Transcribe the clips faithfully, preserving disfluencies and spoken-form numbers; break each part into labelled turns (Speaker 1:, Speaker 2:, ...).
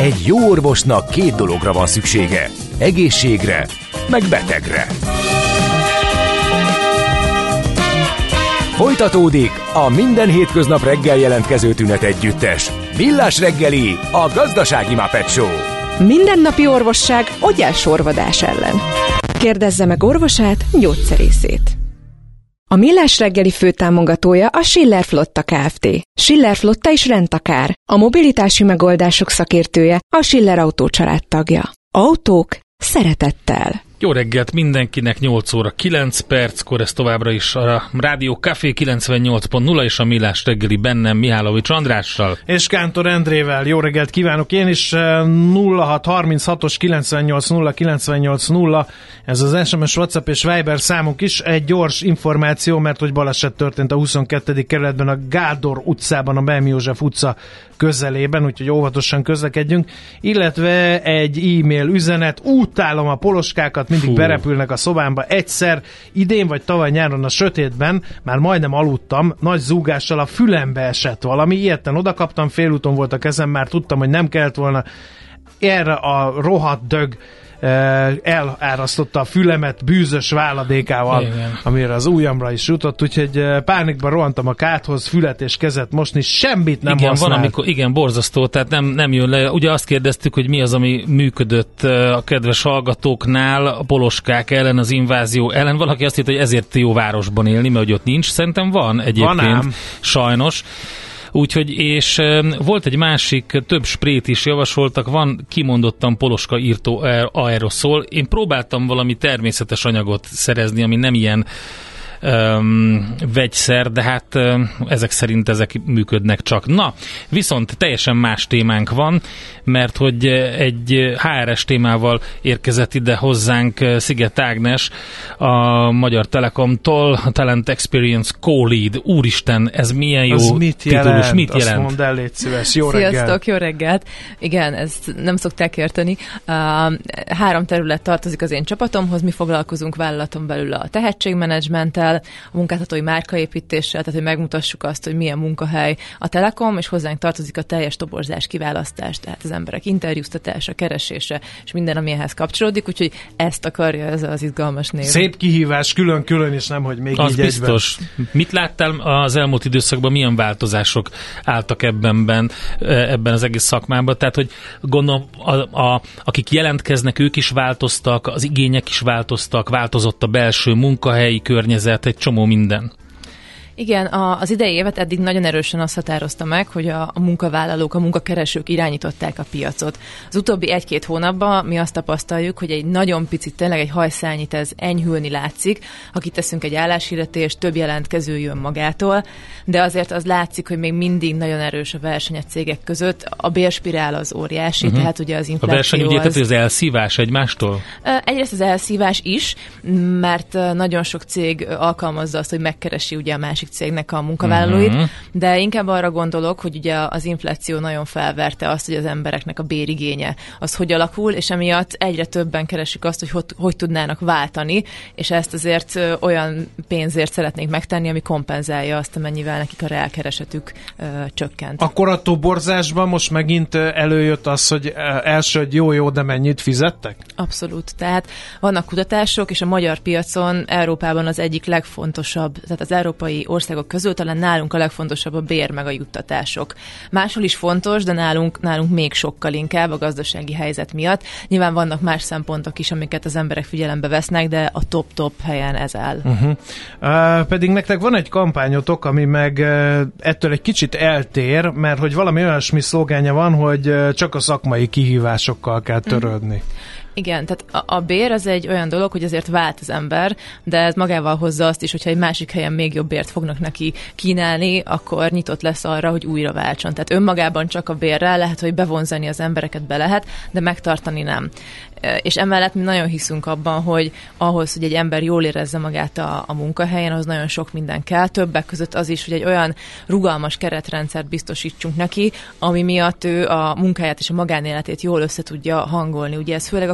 Speaker 1: Egy jó orvosnak két dologra van szüksége. Egészségre, meg betegre. Folytatódik a minden hétköznap reggel jelentkező tünet együttes. Millás reggeli, a gazdasági Muppet Show.
Speaker 2: Mindennapi orvosság ogyásorvadás ellen. Kérdezze meg orvosát, gyógyszerészét. A Millás reggeli főtámogatója a Schiller Flotta Kft. Schiller Flotta is rendtakár. A mobilitási megoldások szakértője, a Schiller Autó család tagja. Autók szeretettel.
Speaker 3: Jó reggelt mindenkinek, nyolc óra kilenc perckor, ez továbbra is a Rádió Café kilencvennyolc pont nulla és a Millás reggeli bennem Mihálovics Andrással.
Speaker 4: És Kántor Endrével. Jó reggelt kívánok én is. nulla hat harminchatos kilencvennyolc nulla kilencvennyolc nulla, ez az es em es, WhatsApp és Viber számunk is. Egy gyors információ, mert hogy baleset történt a huszonkettedik kerületben, a Gádor utcában, a Belmi József utca közelében, úgyhogy óvatosan közlekedjünk, illetve egy e-mail üzenet: utálom a poloskákat, mindig Fú. berepülnek a szobámba. Egyszer idén vagy tavaly nyáron a sötétben már majdnem aludtam, nagy zúgással a fülembe esett valami, ilyetten odakaptam, félúton volt a kezem, már tudtam, hogy nem kellett volna. Erre a rohadt dög elárasztotta a fülemet bűzös váladékával, igen, amire az ujjamra is jutott, úgyhogy pánikba rohantam a kádhoz, fület és kezet mosni, semmit nem
Speaker 3: igen,
Speaker 4: használt.
Speaker 3: Van, amikor, igen, borzasztó, tehát nem, nem jön le. Ugye azt kérdeztük, hogy mi az, ami működött a kedves hallgatóknál a poloskák ellen, az invázió ellen. Valaki azt hitt, hogy ezért jó városban élni, mert hogy ott nincs. Szerintem van egyébként, van sajnos. Úgyhogy, és e, volt egy másik, több sprét is javasoltak, van kimondottan poloska írtó aeroszol. Én próbáltam valami természetes anyagot szerezni, ami nem ilyen Um, vegyszer, de hát um, ezek szerint ezek működnek csak. Na, viszont teljesen más témánk van, mert hogy egy há er es témával érkezett ide hozzánk Sziget Ágnes a Magyar Telekomtól, a Talent Experience Co-Lead. Úristen, ez milyen jó
Speaker 4: az mit
Speaker 3: titulus,
Speaker 4: jelent?
Speaker 3: mit jelent?
Speaker 4: Azt mondd el, légy szíves. Jó
Speaker 5: Sziasztok,
Speaker 4: reggelt!
Speaker 5: jó reggelt! Igen, ezt nem szokták érteni. Uh, három terület tartozik az én csapatomhoz, mi foglalkozunk vállalaton belül a tehetségmenedzsmenttel, a munkáltatói márkaépítéssel, tehát hogy megmutassuk azt, hogy milyen munkahely a Telekom, és hozzánk tartozik a teljes toborzás, kiválasztás, tehát az emberek interjúztatása, keresése, és minden, ami ehhez kapcsolódik, úgyhogy ezt akarja ez az izgalmas név.
Speaker 4: Szép kihívás, külön-külön, és nem, hogy még
Speaker 3: az
Speaker 4: így
Speaker 3: biztos.
Speaker 4: Egyben.
Speaker 3: Mit láttál az elmúlt időszakban, milyen változások álltak ebbenben, ebben az egész szakmában? Tehát, hogy gondolom, a, a, akik jelentkeznek, ők is változtak, az igények is változtak, változott a belső munkahelyi környezet, egy csomó minden.
Speaker 5: Igen, a, az idei évet eddig nagyon erősen azt határozta meg, hogy a, a munkavállalók, a munkakeresők irányították a piacot. Az utóbbi egy-két hónapban mi azt tapasztaljuk, hogy egy nagyon picit, tényleg egy hajszálnyit ez enyhülni látszik. Ha kiteszünk egy álláshirdetést, több jelentkező jön magától, de azért az látszik, hogy még mindig nagyon erős a verseny a cégek között. A bérspirál az óriási, uh-huh. tehát ugye az infláció.
Speaker 3: A verseny ugye, az... az elszívás egymástól?
Speaker 5: Egyrészt az elszívás is, mert nagyon sok cég alkalmazza azt, hogy megkeresi ugye a másik cégnek a munkavállalóit, uh-huh. de inkább arra gondolok, hogy ugye az infláció nagyon felverte azt, hogy az embereknek a bérigénye az hogy alakul, és emiatt egyre többen keresik azt, hogy hogy, hogy tudnának váltani, és ezt azért olyan pénzért szeretnénk megtenni, ami kompenzálja azt, amennyivel nekik a reálkeresetük ö, csökkent.
Speaker 4: Akkor a toborzásban most megint előjött az, hogy első, hogy jó-jó, de mennyit fizettek?
Speaker 5: Abszolút. Tehát vannak kutatások, és a magyar piacon Európában az egyik legfontosabb, tehát az európai országok közül talán nálunk a legfontosabb a bér meg a juttatások. Máshol is fontos, de nálunk, nálunk még sokkal inkább a gazdasági helyzet miatt. Nyilván vannak más szempontok is, amiket az emberek figyelembe vesznek, de a top-top helyen ez áll.
Speaker 4: Uh-huh. Uh, pedig nektek van egy kampányotok, ami meg uh, ettől egy kicsit eltér, mert hogy valami olyasmi szlogánja van, hogy uh, csak a szakmai kihívásokkal kell törődni. Uh-huh.
Speaker 5: Igen, tehát a, a bér az egy olyan dolog, hogy azért vált az ember, de ez magával hozza azt is, hogyha egy másik helyen még jobb bért fognak neki kínálni, akkor nyitott lesz arra, hogy újra váltson. Tehát önmagában csak a bérrel lehet, hogy bevonzani az embereket be lehet, de megtartani nem. És emellett mi nagyon hiszünk abban, hogy ahhoz, hogy egy ember jól érezze magát a, a munkahelyen, ahhoz nagyon sok minden kell. Többek között az is, hogy egy olyan rugalmas keretrendszert biztosítsunk neki, ami miatt ő a munkáját és a magánéletét jól össze tudja hangolni. Ugye ez főleg a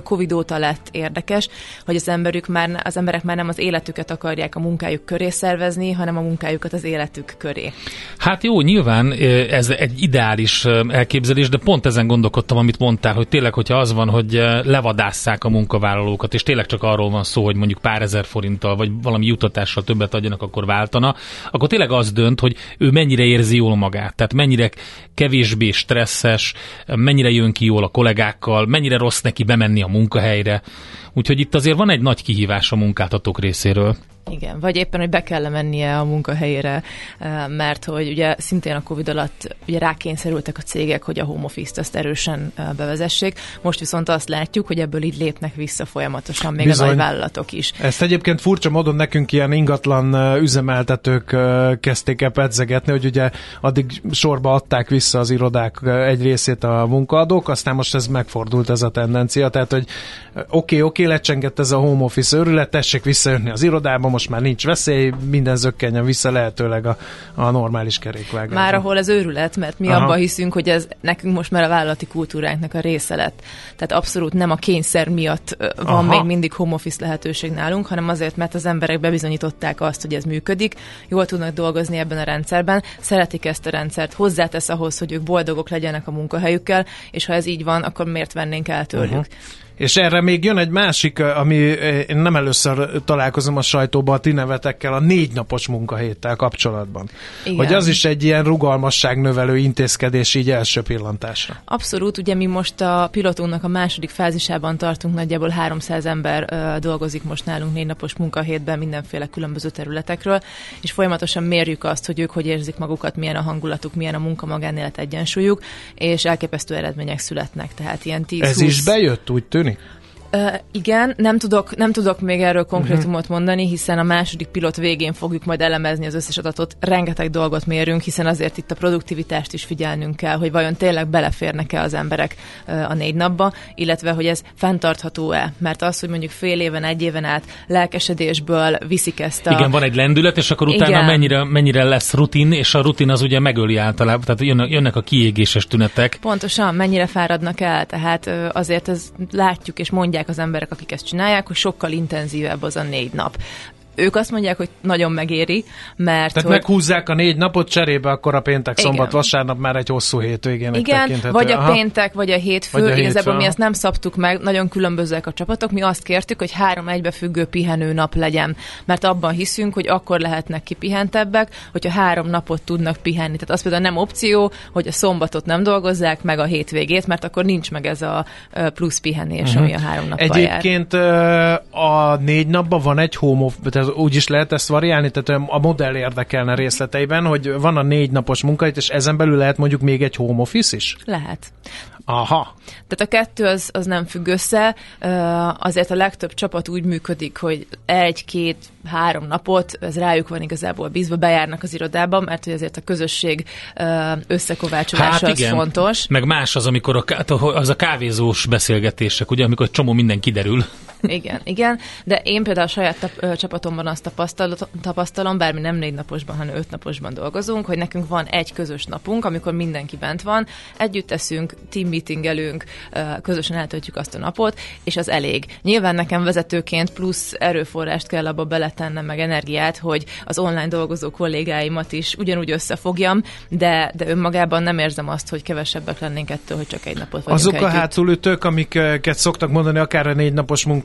Speaker 5: Covid óta lett érdekes, hogy az emberük már, az emberek már nem az életüket akarják a munkájuk köré szervezni, hanem a munkájukat az életük köré.
Speaker 3: Hát jó, nyilván ez egy ideális elképzelés, de pont ezen gondolkodtam, amit mondtál, hogy tényleg, hogyha az van, hogy levadásszák a munkavállalókat, és tényleg csak arról van szó, hogy mondjuk pár ezer forinttal, vagy valami juttatással többet adjanak, akkor váltana, akkor tényleg az dönt, hogy ő mennyire érzi jól magát, tehát mennyire kevésbé stresszes, mennyire jön ki jól a kollégákkal, mennyire rossz neki bemenni a munkahelyre. Úgyhogy itt azért van egy nagy kihívás a munkáltatók részéről.
Speaker 5: Igen, vagy éppen, hogy be kell mennie a munkahelyére, mert hogy ugye szintén a Covid alatt ugye rákényszerültek a cégek, hogy a home office-t azt erősen bevezessék. Most viszont azt látjuk, hogy ebből így lépnek vissza folyamatosan még Bizony. a nagy vállalatok is.
Speaker 4: Ezt egyébként furcsa módon nekünk ilyen ingatlan üzemeltetők kezdték el pedzegetni, hogy ugye addig sorba adták vissza az irodák egy részét a munkaadók, aztán most ez megfordult ez a tendencia, tehát hogy oké, okay, oké, okay, lecsengett ez a home office őrület, tessék visszajönni az irodába, most már nincs veszély, minden zökkenjen vissza lehetőleg a, a normális kerékvágásba.
Speaker 5: Már ahol az őrület, mert mi Aha. abban hiszünk, hogy ez nekünk most már a vállalati kultúránknak a része lett. Tehát abszolút nem a kényszer miatt van Aha. még mindig home office lehetőség nálunk, hanem azért, mert az emberek bebizonyították azt, hogy ez működik, jól tudnak dolgozni ebben a rendszerben, szeretik ezt a rendszert, hozzátesz ahhoz, hogy ők boldogok legyenek a munkahelyükkel, és ha ez így van, akkor miért vennénk el tőlük? Uh-huh.
Speaker 4: És erre még jön egy másik, ami én nem először találkozom a sajtóban a ti nevetekkel, a négy napos munkahéttel kapcsolatban. Igen. Hogy az is egy ilyen rugalmasságnövelő intézkedés így első pillantásra.
Speaker 5: Abszolút, ugye mi most a pilotunknak a második fázisában tartunk, nagyjából háromszáz ember uh, dolgozik most nálunk négy napos munkahétben mindenféle különböző területekről, és folyamatosan mérjük azt, hogy ők hogy érzik magukat, milyen a hangulatuk, milyen a munka-magánélet egyensúlyuk, és elképesztő eredmények születnek. Tehát ilyen tíz-húsz
Speaker 4: Ez is bejött, úgy tűnik?
Speaker 5: Uh, igen, nem tudok, nem tudok még erről konkrétumot uh-huh. mondani, hiszen a második pilot végén fogjuk majd elemezni az összes adatot, rengeteg dolgot mérünk, hiszen azért itt a produktivitást is figyelnünk kell, hogy vajon tényleg beleférnek-e az emberek uh, a négy napba, illetve hogy ez fenntartható-e, mert az, hogy mondjuk fél éven, egy éven át lelkesedésből viszik ezt a...
Speaker 3: Igen, van egy lendület, és akkor utána mennyire, mennyire lesz rutin, és a rutin az ugye megöli általában, tehát jönnek, jönnek a kiégéses tünetek.
Speaker 5: Pontosan, mennyire fáradnak el, tehát uh, azért ez látjuk és mondják az emberek, akik ezt csinálják, hogy sokkal intenzívebb az a négy nap. Ők azt mondják, hogy nagyon megéri, mert...
Speaker 4: Tehát hogy... meghúzzák a négy napot, cserébe akkor a péntek, Igen. szombat, vasárnap már egy hosszú hétvégének
Speaker 5: Igen,
Speaker 4: tekinthető.
Speaker 5: vagy a Aha. péntek, vagy a hétfő. Vagy a Igazából hétfő. Mi ezt nem szabtuk meg, nagyon különbözőek a csapatok. Mi azt kértük, hogy három egybefüggő pihenő nap legyen, mert abban hiszünk, hogy akkor lehetnek kipihentebbek, hogyha három napot tudnak pihenni. Tehát az például nem opció, hogy a szombatot nem dolgozzák, meg a hétvégét, mert akkor nincs meg ez a plusz pihenés, uh-huh. ami a három nappal
Speaker 4: Egyébként jár. A négy napban van egy home office, úgy is lehet ezt variálni, tehát a modell érdekelne részleteiben, hogy van a négy napos munkahét, és ezen belül lehet mondjuk még egy home office is?
Speaker 5: Lehet.
Speaker 4: Aha.
Speaker 5: Tehát a kettő az, az nem függ össze, azért a legtöbb csapat úgy működik, hogy egy, két, három napot, ez rájuk van igazából bízva, bejárnak az irodába, mert hogy azért a közösség összekovácsolása hát az igen. fontos.
Speaker 3: Meg más az, amikor a, az a kávézós beszélgetések, ugye, amikor csomó minden kiderül.
Speaker 5: Igen, igen, de én például a saját tap, csapatomban azt tapasztalom, bár mi nem négy naposban, hanem öt naposban dolgozunk, hogy nekünk van egy közös napunk, amikor mindenki bent van, együtt teszünk, team meetingelünk, közösen eltöltjük azt a napot, és az elég. Nyilván nekem vezetőként plusz erőforrást kell abba beletennem, meg energiát, hogy az online dolgozó kollégáimat is ugyanúgy összefogjam, de, de önmagában nem érzem azt, hogy kevesebbek lennénk ettől, hogy csak egy napot vagyunk
Speaker 4: Azok
Speaker 5: együtt.
Speaker 4: A hátulütők, amiket szoktak mondani, akár a négy napos munka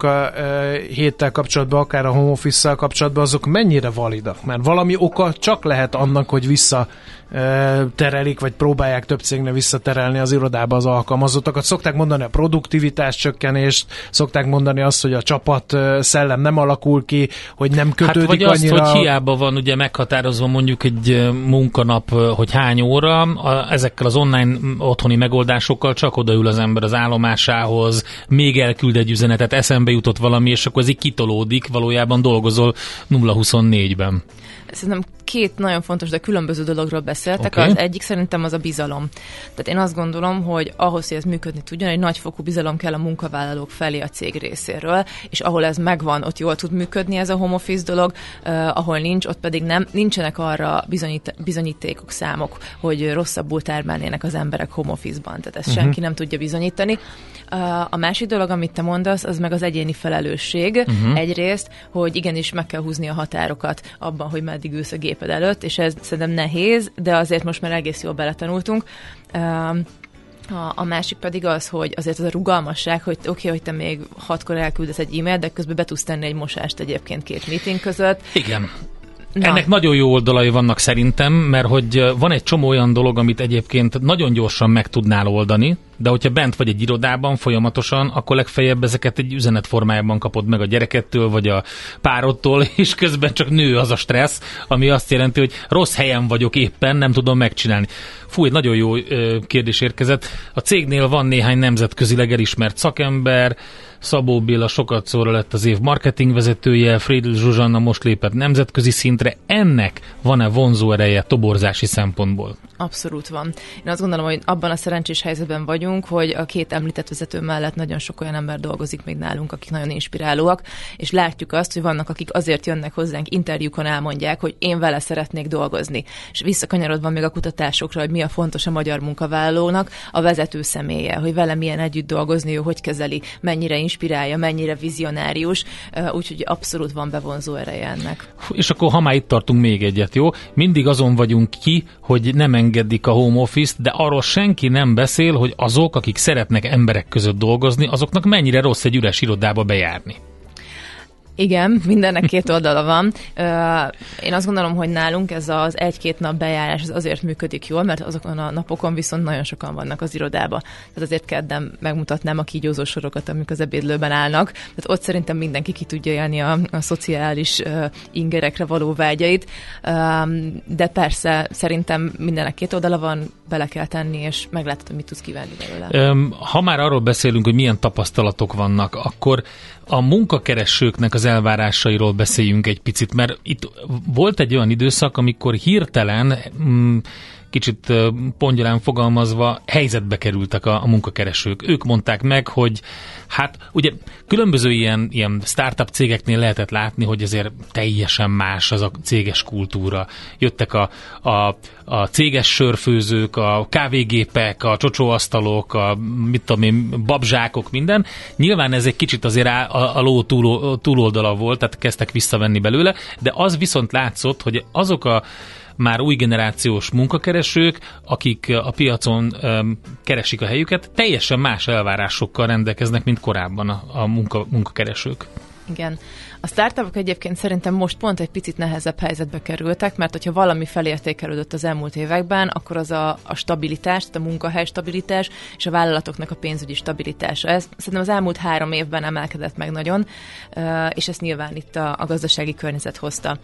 Speaker 4: héttel kapcsolatban, akár a home office-szal kapcsolatban, azok mennyire validak? Mert valami oka csak lehet annak, hogy vissza terelik, vagy próbálják több cégnél visszaterelni az irodába az alkalmazottakat. Szokták mondani a produktivitás csökkenést, szokták mondani azt, hogy a csapat szellem nem alakul ki, hogy nem kötődik
Speaker 3: hát vagy
Speaker 4: annyira.
Speaker 3: Azt, hogy hiába van ugye meghatározva mondjuk egy munkanap, hogy hány óra, a, ezekkel az online otthoni megoldásokkal csak odaül az ember az állomásához, még elküld egy üzenetet, eszembe jutott valami, és akkor ez így kitolódik, valójában dolgozol nulla huszonnégyben.
Speaker 5: Szerintem két nagyon fontos, de különböző dologról beszéltek.
Speaker 3: Okay.
Speaker 5: Az egyik szerintem az a bizalom. Tehát én azt gondolom, hogy ahhoz, hogy ez működni tudjon, egy nagyfokú bizalom kell a munkavállalók felé a cég részéről, és ahol ez megvan, ott jól tud működni ez a home office dolog, uh, ahol nincs, ott pedig nem, nincsenek arra bizonyít, bizonyítékok, számok, hogy rosszabbul termelnének az emberek home office-ban. Tehát ezt uh-huh. senki nem tudja bizonyítani. Uh, a másik dolog, amit te mondasz, az meg az egyéni felelősség. Uh-huh. Egyrészt, hogy igenis meg kell húzni a határokat abban, hogy meddig ülsz a géped előtt, és ez szerintem nehéz, de azért most már egész jól beletanultunk. Uh, A, a másik pedig az, hogy azért az a rugalmasság, hogy oké, okay, hogy te még hatkor elküldesz egy e-mailt, de közben be tudsz tenni egy mosást egyébként két meeting között.
Speaker 3: Igen.
Speaker 5: Na.
Speaker 3: Ennek nagyon jó oldalai vannak szerintem, mert hogy van egy csomó olyan dolog, amit egyébként nagyon gyorsan meg tudnál oldani, de hogyha bent vagy egy irodában folyamatosan, akkor legfeljebb ezeket egy üzenet formájában kapod meg a gyerekettől, vagy a párodtól, és közben csak nő az a stressz, ami azt jelenti, hogy rossz helyen vagyok éppen, nem tudom megcsinálni. Fú, egy nagyon jó kérdés érkezett. A cégnél van néhány nemzetközileg elismert szakember, Szabó Béla sokat szóra lett az év marketingvezetője, Friedl Zsuzsanna most lépett nemzetközi szintre. Ennek van-e vonzó ereje toborzási szempontból?
Speaker 5: Abszolút van. Én azt gondolom, hogy abban a szerencsés helyzetben vagyunk, hogy a két említett vezető mellett nagyon sok olyan ember dolgozik még nálunk, akik nagyon inspirálóak, és látjuk azt, hogy vannak, akik azért jönnek hozzánk, interjúkon elmondják, hogy én vele szeretnék dolgozni. És visszakanyarodva még a kutatásokra, hogy mi a fontos a magyar munkavállalónak, a vezető személye, hogy vele milyen együtt dolgozni, ő hogy kezeli, mennyire inspirálja, mennyire vizionárius, úgyhogy abszolút van bevonzó ereje ennek.
Speaker 3: És akkor, ha már itt tartunk, még egyet, jó? Mindig azon vagyunk ki, hogy nem engedik a home office-t, de arról senki nem beszél, hogy azok, akik szeretnek emberek között dolgozni, azoknak mennyire rossz egy üres irodába bejárni.
Speaker 5: Igen, mindennek két oldala van. Én azt gondolom, hogy nálunk ez az egy-két nap bejárás ez azért működik jól, mert azokon a napokon viszont nagyon sokan vannak az irodába. Tehát azért kedden megmutatnám a kígyózó sorokat, amik az ebédlőben állnak. Tehát ott szerintem mindenki ki tudja élni a, a szociális ingerekre való vágyait. De persze szerintem mindennek két oldala van, bele kell tenni, és meglátod, hogy mit tudsz kívánni belőle.
Speaker 3: Ha már arról beszélünk, hogy milyen tapasztalatok vannak, akkor a munkakeresőknek az elvárásairól beszéljünk egy picit, mert itt volt egy olyan időszak, amikor hirtelen, kicsit pongyolán fogalmazva, helyzetbe kerültek a, a munkakeresők. Ők mondták meg, hogy hát ugye különböző ilyen, ilyen startup cégeknél lehetett látni, hogy azért teljesen más az a céges kultúra. Jöttek a, a, a céges sörfőzők, a kávégépek, a csocsóasztalok, a mit tudom én, babzsákok, minden. Nyilván ez egy kicsit azért a, a ló túl, túloldala volt, tehát kezdtek visszavenni belőle, de az viszont látszott, hogy azok a már új generációs munkakeresők, akik a piacon um, keresik a helyüket, teljesen más elvárásokkal rendelkeznek, mint korábban a, a munka, munkakeresők.
Speaker 5: Igen. A startupok egyébként szerintem most pont egy picit nehezebb helyzetbe kerültek, mert hogyha valami felértékelődött az elmúlt években, akkor az a, a stabilitás, tehát a munkahely stabilitás és a vállalatoknak a pénzügyi stabilitása. Ez szerintem az elmúlt három évben emelkedett meg nagyon, és ezt nyilván itt a, a gazdasági környezet hozta.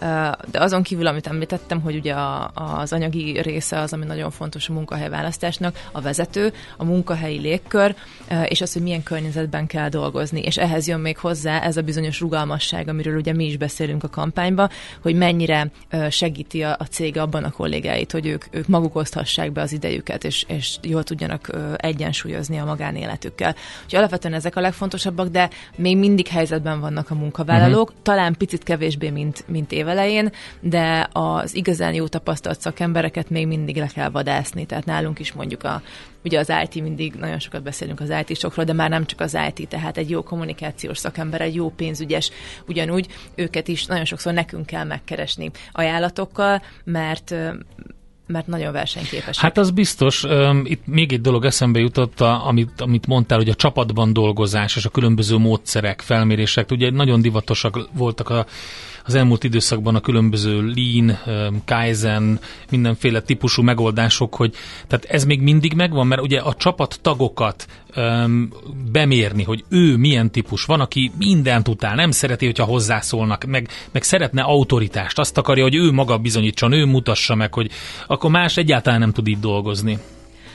Speaker 5: De azon kívül, amit említettem, hogy ugye a, az anyagi része az, ami nagyon fontos a munkahelyválasztásnak, a vezető, a munkahelyi légkör, és az, hogy milyen környezetben kell dolgozni. És ehhez jön még hozzá ez a bizonyos rugalmasság, amiről ugye mi is beszélünk a kampányban, hogy mennyire segíti a, a cég abban a kollégáit, hogy ők, ők maguk oszthassák be az idejüket, és, és jól tudjanak egyensúlyozni a magánéletükkel. Úgyhogy alapvetően ezek a legfontosabbak, de még mindig helyzetben vannak a munkavállalók, uh-huh. talán picit kevésbé, mint, mint évelején, de az igazán jó tapasztalt szakembereket még mindig le kell vadászni, tehát nálunk is mondjuk a ugye az í té, mindig nagyon sokat beszélünk az í té-sokról, de már nem csak az í té, tehát egy jó kommunikációs szakember, egy jó pénzügyes, ugyanúgy őket is nagyon sokszor nekünk kell megkeresni ajánlatokkal, mert mert nagyon versenyképesek.
Speaker 3: Hát az biztos. Itt még egy dolog eszembe jutott, amit, amit mondtál, hogy a csapatban dolgozás és a különböző módszerek, felmérések, ugye nagyon divatosak voltak a az elmúlt időszakban a különböző lean, kaizen, mindenféle típusú megoldások, hogy tehát ez még mindig megvan, mert ugye a csapattagokat um, bemérni, hogy ő milyen típus van, aki mindent utál, nem szereti, hogyha hozzászólnak, meg, meg szeretne autoritást, azt akarja, hogy ő maga bizonyítson, ő mutassa meg, hogy akkor más egyáltalán nem tud így dolgozni.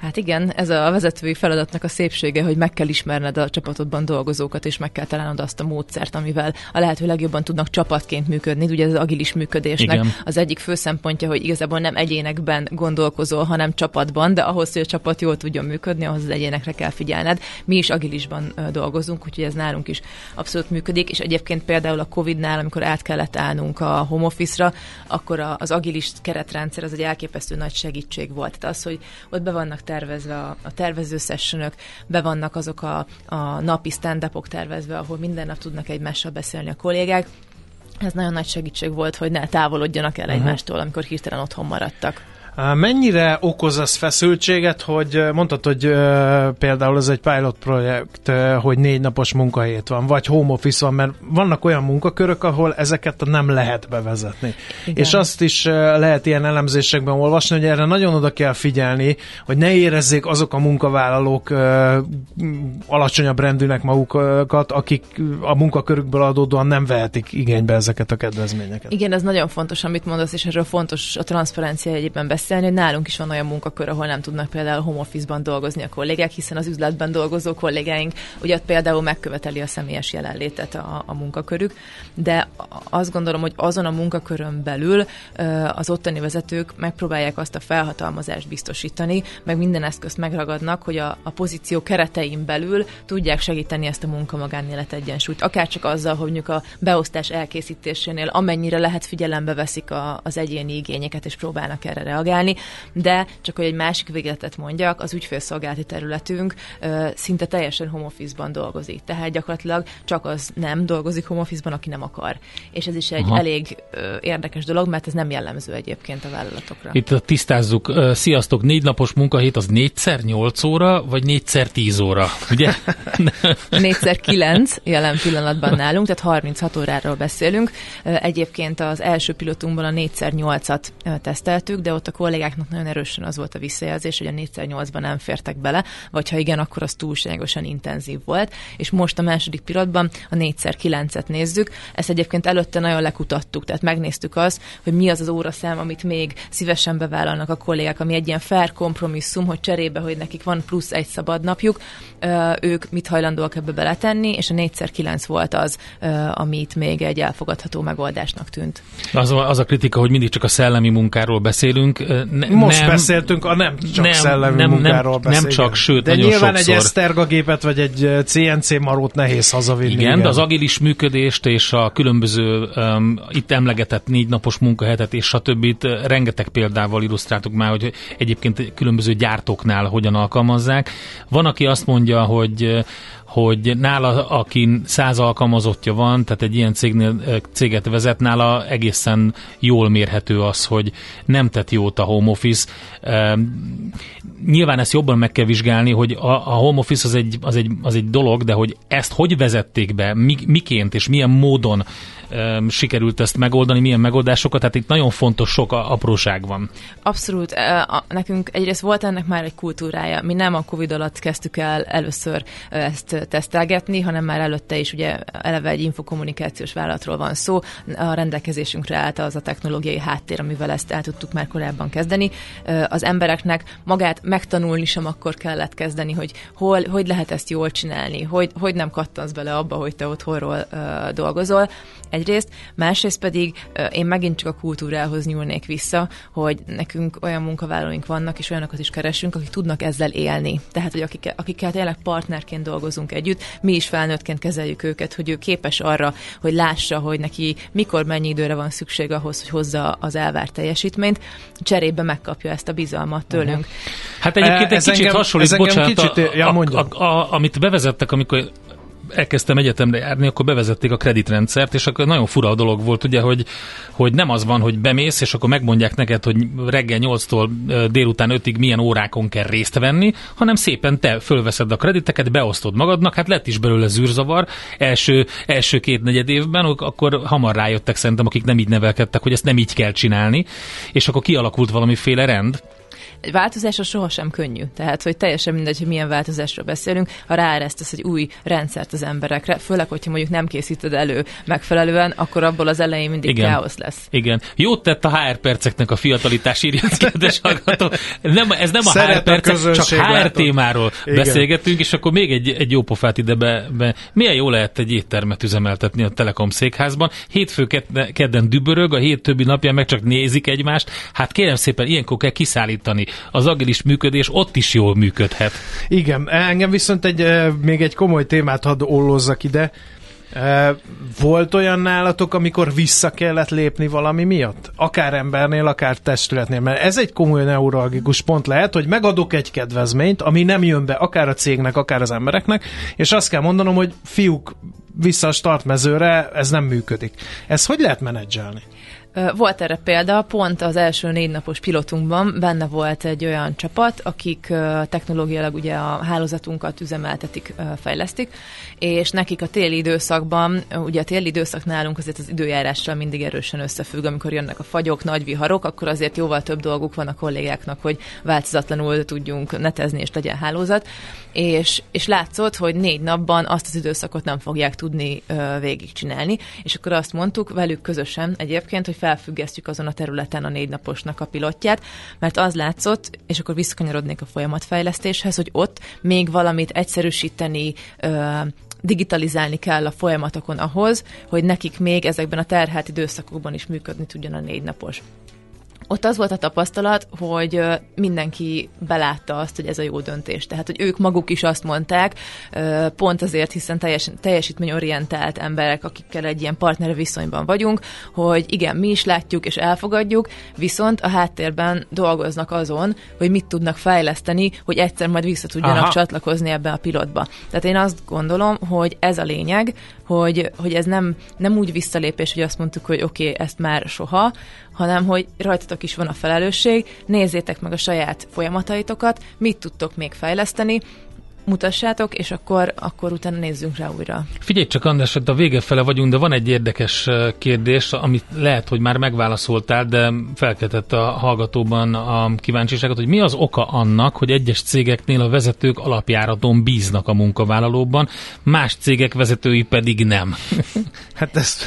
Speaker 5: Hát igen, ez a vezetői feladatnak a szépsége, hogy meg kell ismerned a csapatodban dolgozókat, és meg kell találnod azt a módszert, amivel a lehető legjobban tudnak csapatként működni. Ugye ez az agilis működésnek igen. Az egyik fő szempontja, hogy igazából nem egyénekben gondolkozol, hanem csapatban, de ahhoz, hogy a csapat jól tudjon működni, ahhoz az egyénekre kell figyelned. Mi is agilisban dolgozunk, úgyhogy ez nálunk is abszolút működik, és egyébként például a Covidnál, amikor át kellett állnunk a home office-ra, akkor az agilis keretrendszer az egy elképesztő nagy segítség volt. Tehát az, hogy ott be vannak tervezve a, a tervező sessionök, be vannak azok a, a napi stand-upok tervezve, ahol minden nap tudnak egymással beszélni a kollégák. Ez nagyon nagy segítség volt, hogy ne távolodjanak el egymástól, amikor hirtelen otthon maradtak.
Speaker 4: Mennyire okoz az feszültséget, hogy mondtad, hogy uh, például ez egy pilot projekt, uh, hogy négy napos munkahét van, vagy home office van, mert vannak olyan munkakörök, ahol ezeket nem lehet bevezetni. Igen. És azt is uh, lehet ilyen elemzésekben olvasni, hogy erre nagyon oda kell figyelni, hogy ne érezzék azok a munkavállalók uh, alacsonyabb rendűnek magukat, akik a munkakörükből adódóan nem vehetik igénybe ezeket a kedvezményeket.
Speaker 5: Igen, ez nagyon fontos, amit mondasz, és erről fontos a transzparencia egyébben beszélni, hogy nálunk is van olyan munkakör, ahol nem tudnak például home office-ban dolgozni a kollégák, hiszen az üzletben dolgozó kollégáink ugye például megköveteli a személyes jelenlétet a, a munkakörük, de azt gondolom, hogy azon a munkakörön belül az ottani vezetők megpróbálják azt a felhatalmazást biztosítani, meg minden eszközt megragadnak, hogy a, a pozíció keretein belül tudják segíteni ezt a munka-magánélet egyensúlyt. Akár csak azzal, hogy mondjuk a beosztás elkészítésénél amennyire lehet figyelembe veszik a, az egyéni igényeket, és próbálnak erre reagálni, de csak hogy egy másik végletet mondjak, az ügyfélszolgálati területünk ö, szinte teljesen home office-ban dolgozik. Tehát gyakorlatilag csak az nem dolgozik home office-ban, aki nem akar. És ez is egy Aha. elég ö, érdekes dolog, mert ez nem jellemző egyébként a vállalatokra.
Speaker 3: Itt tisztázzuk. Sziasztok, négy napos munkahét az négyszer nyolc óra, vagy négyszer tíz óra, ugye?
Speaker 5: négyszer kilenc jelen pillanatban nálunk, tehát harminchat óráról beszélünk. Egyébként az első pilotunkban a négyszer nyolcat teszteltük, de ott a kollégáknak nagyon erősen az volt a visszajelzés, hogy a négyszer nyolcban nem fértek bele, vagy ha igen, akkor az túlságosan intenzív volt, és most a második pilotban a négyszer kilencet nézzük. Ezt egyébként előtte nagyon lekutattuk, tehát megnéztük azt, hogy mi az az óraszám, amit még szívesen bevállalnak a kollégák, ami egy ilyen fair kompromisszum, hogy cserébe, hogy nekik van plusz egy szabad napjuk, ők mit hajlandóak ebbe beletenni, és a négyszer kilenc volt az, amit még egy elfogadható megoldásnak tűnt.
Speaker 3: Az, az a kritika, hogy mindig csak a szellemi munkáról beszélünk.
Speaker 4: Ne, Most nem, beszéltünk a nem csak nem, szellemi nem, munkáról
Speaker 3: nem, nem csak, sőt,
Speaker 4: de
Speaker 3: nagyon
Speaker 4: nyilván
Speaker 3: sokszor.
Speaker 4: egy esztergagépet vagy egy cé en cé marót nehéz hazavinni.
Speaker 3: Igen, igen, de az agilis működést és a különböző um, itt emlegetett négy napos munkahetet és stb. Rengeteg példával illusztráltuk már, hogy egyébként különböző gyártóknál hogyan alkalmazzák. Van, aki azt mondja, hogy hogy nála, aki száz alkalmazottja van, tehát egy ilyen cégnél, céget vezet, nála egészen jól mérhető az, hogy nem tett jót a home office. Nyilván ezt jobban meg kell vizsgálni, hogy a, a home office az egy, az, egy, az egy dolog, de hogy ezt hogy vezették be, mi, miként és milyen módon um, sikerült ezt megoldani, milyen megoldásokat, tehát itt nagyon fontos, sok apróság van.
Speaker 5: Abszolút. Nekünk egyrészt volt ennek már egy kultúrája. Mi nem a Covid alatt kezdtük el először ezt tesztelgetni, hanem már előtte is ugye eleve egy infokommunikációs vállalatról van szó. A rendelkezésünkre állt az a technológiai háttér, amivel ezt el tudtuk már korábban kezdeni. Az embereknek magát megtanulni sem akkor kellett kezdeni, hogy hol, hogy lehet ezt jól csinálni, hogy, hogy nem kattansz bele abba, hogy te otthonról uh, dolgozol. Egyrészt, másrészt pedig uh, én megint csak a kultúrához nyúlnék vissza, hogy nekünk olyan munkavállalóink vannak, és olyanokat is keresünk, akik tudnak ezzel élni. Tehát, hogy akik, akikkel tényleg partnerként dolgozunk együtt, mi is felnőttként kezeljük őket, hogy ő képes arra, hogy lássa, hogy neki mikor mennyi időre van szükség ahhoz, hogy hozza az elvárt teljesítményt, cserébe megkapja ezt a bizalmat tőlünk. Uh-huh.
Speaker 3: Hát egyébként egy kicsit engem, hasonlít, bocsánat, kicsit, a,
Speaker 4: ja,
Speaker 3: a, a, a, amit bevezettek, amikor elkezdtem egyetemre járni, akkor bevezették a kreditrendszert, és akkor nagyon fura a dolog volt, ugye, hogy, hogy nem az van, hogy bemész, és akkor megmondják neked, hogy reggel nyolctól délután ötig milyen órákon kell részt venni, hanem szépen te fölveszed a krediteket, beosztod magadnak, hát lett is belőle zűrzavar első, első két negyed évben, akkor hamar rájöttek szerintem, akik nem így nevelkedtek, hogy ezt nem így kell csinálni, és akkor kialakult valamiféle rend.
Speaker 5: egy változásra sohasem könnyű. Tehát, hogy teljesen mindegy, hogy milyen változásról beszélünk, ha ráeresztesz egy új rendszert az emberekre, főleg, hogyha mondjuk nem készíted elő megfelelően, akkor abból az elején mindig Igen. káosz lesz.
Speaker 3: Igen. Jót tett a há er perceknek a fiatalítás, írja a kedves hallgató. Nem, ez nem a
Speaker 4: Szeret
Speaker 3: há er percek, csak há er
Speaker 4: látom.
Speaker 3: témáról
Speaker 4: Igen.
Speaker 3: beszélgetünk, és akkor még egy, egy jó pofát ide be, be. Milyen jó lehet egy éttermet üzemeltetni a Telekom székházban. Hétfő kedden dübörög, a hét többi napján meg csak nézik egymást. Hát kérem szépen, ilyenkor kell kiszállítani. Az agilis működés ott is jól működhet.
Speaker 4: Igen, engem viszont egy, még egy komoly témát hadd ollozzak ide. Volt olyan nálatok, amikor vissza kellett lépni valami miatt? Akár embernél, akár testületnél. Mert ez egy komoly neuralgikus pont lehet, hogy megadok egy kedvezményt, ami nem jön be akár a cégnek, akár az embereknek, és azt kell mondanom, hogy fiúk, vissza a startmezőre, ez nem működik. Ez hogy lehet menedzselni?
Speaker 5: Volt erre példa, pont az első négy napos pilotunkban benne volt egy olyan csapat, akik technológiailag ugye a hálózatunkat üzemeltetik, fejlesztik, és nekik a téli időszakban, ugye a téli időszak nálunk azért az időjárással mindig erősen összefügg, amikor jönnek a fagyok, nagy viharok, akkor azért jóval több dolguk van a kollégáknak, hogy változatlanul tudjunk netezni és legyen hálózat, és, és látszott, hogy négy napban azt az időszakot nem fogják tudni uh, végigcsinálni, és akkor azt mondtuk velük közösen egyébként, hogy felfüggesztjük azon a területen a négy naposnak a pilotját, mert az látszott, és akkor visszakanyarodnék a folyamatfejlesztéshez, hogy ott még valamit egyszerűsíteni, uh, digitalizálni kell a folyamatokon ahhoz, hogy nekik még ezekben a terhelt időszakokban is működni tudjon a négy napos. Ott az volt a tapasztalat, hogy mindenki belátta azt, hogy ez a jó döntés. Tehát, hogy ők maguk is azt mondták, pont azért, hiszen teljes, teljesítményorientált emberek, akikkel egy ilyen partner viszonyban vagyunk, hogy igen, mi is látjuk és elfogadjuk, viszont a háttérben dolgoznak azon, hogy mit tudnak fejleszteni, hogy egyszer majd vissza tudjanak Aha. csatlakozni ebbe a pilotba. Tehát én azt gondolom, hogy ez a lényeg, hogy, hogy ez nem, nem úgy visszalépés, hogy azt mondtuk, hogy oké, okay, ezt már soha, hanem hogy rajtatok is van a felelősség, nézzétek meg a saját folyamataitokat, mit tudtok még fejleszteni, mutassátok, és akkor, akkor utána nézzünk rá újra.
Speaker 3: Figyelj csak, András, a vége fele vagyunk, de van egy érdekes kérdés, amit lehet, hogy már megválaszoltál, de felkeltett a hallgatóban a kíváncsiságot, hogy mi az oka annak, hogy egyes cégeknél a vezetők alapjáraton bíznak a munkavállalóban, más cégek vezetői pedig nem.
Speaker 4: Hát ezt...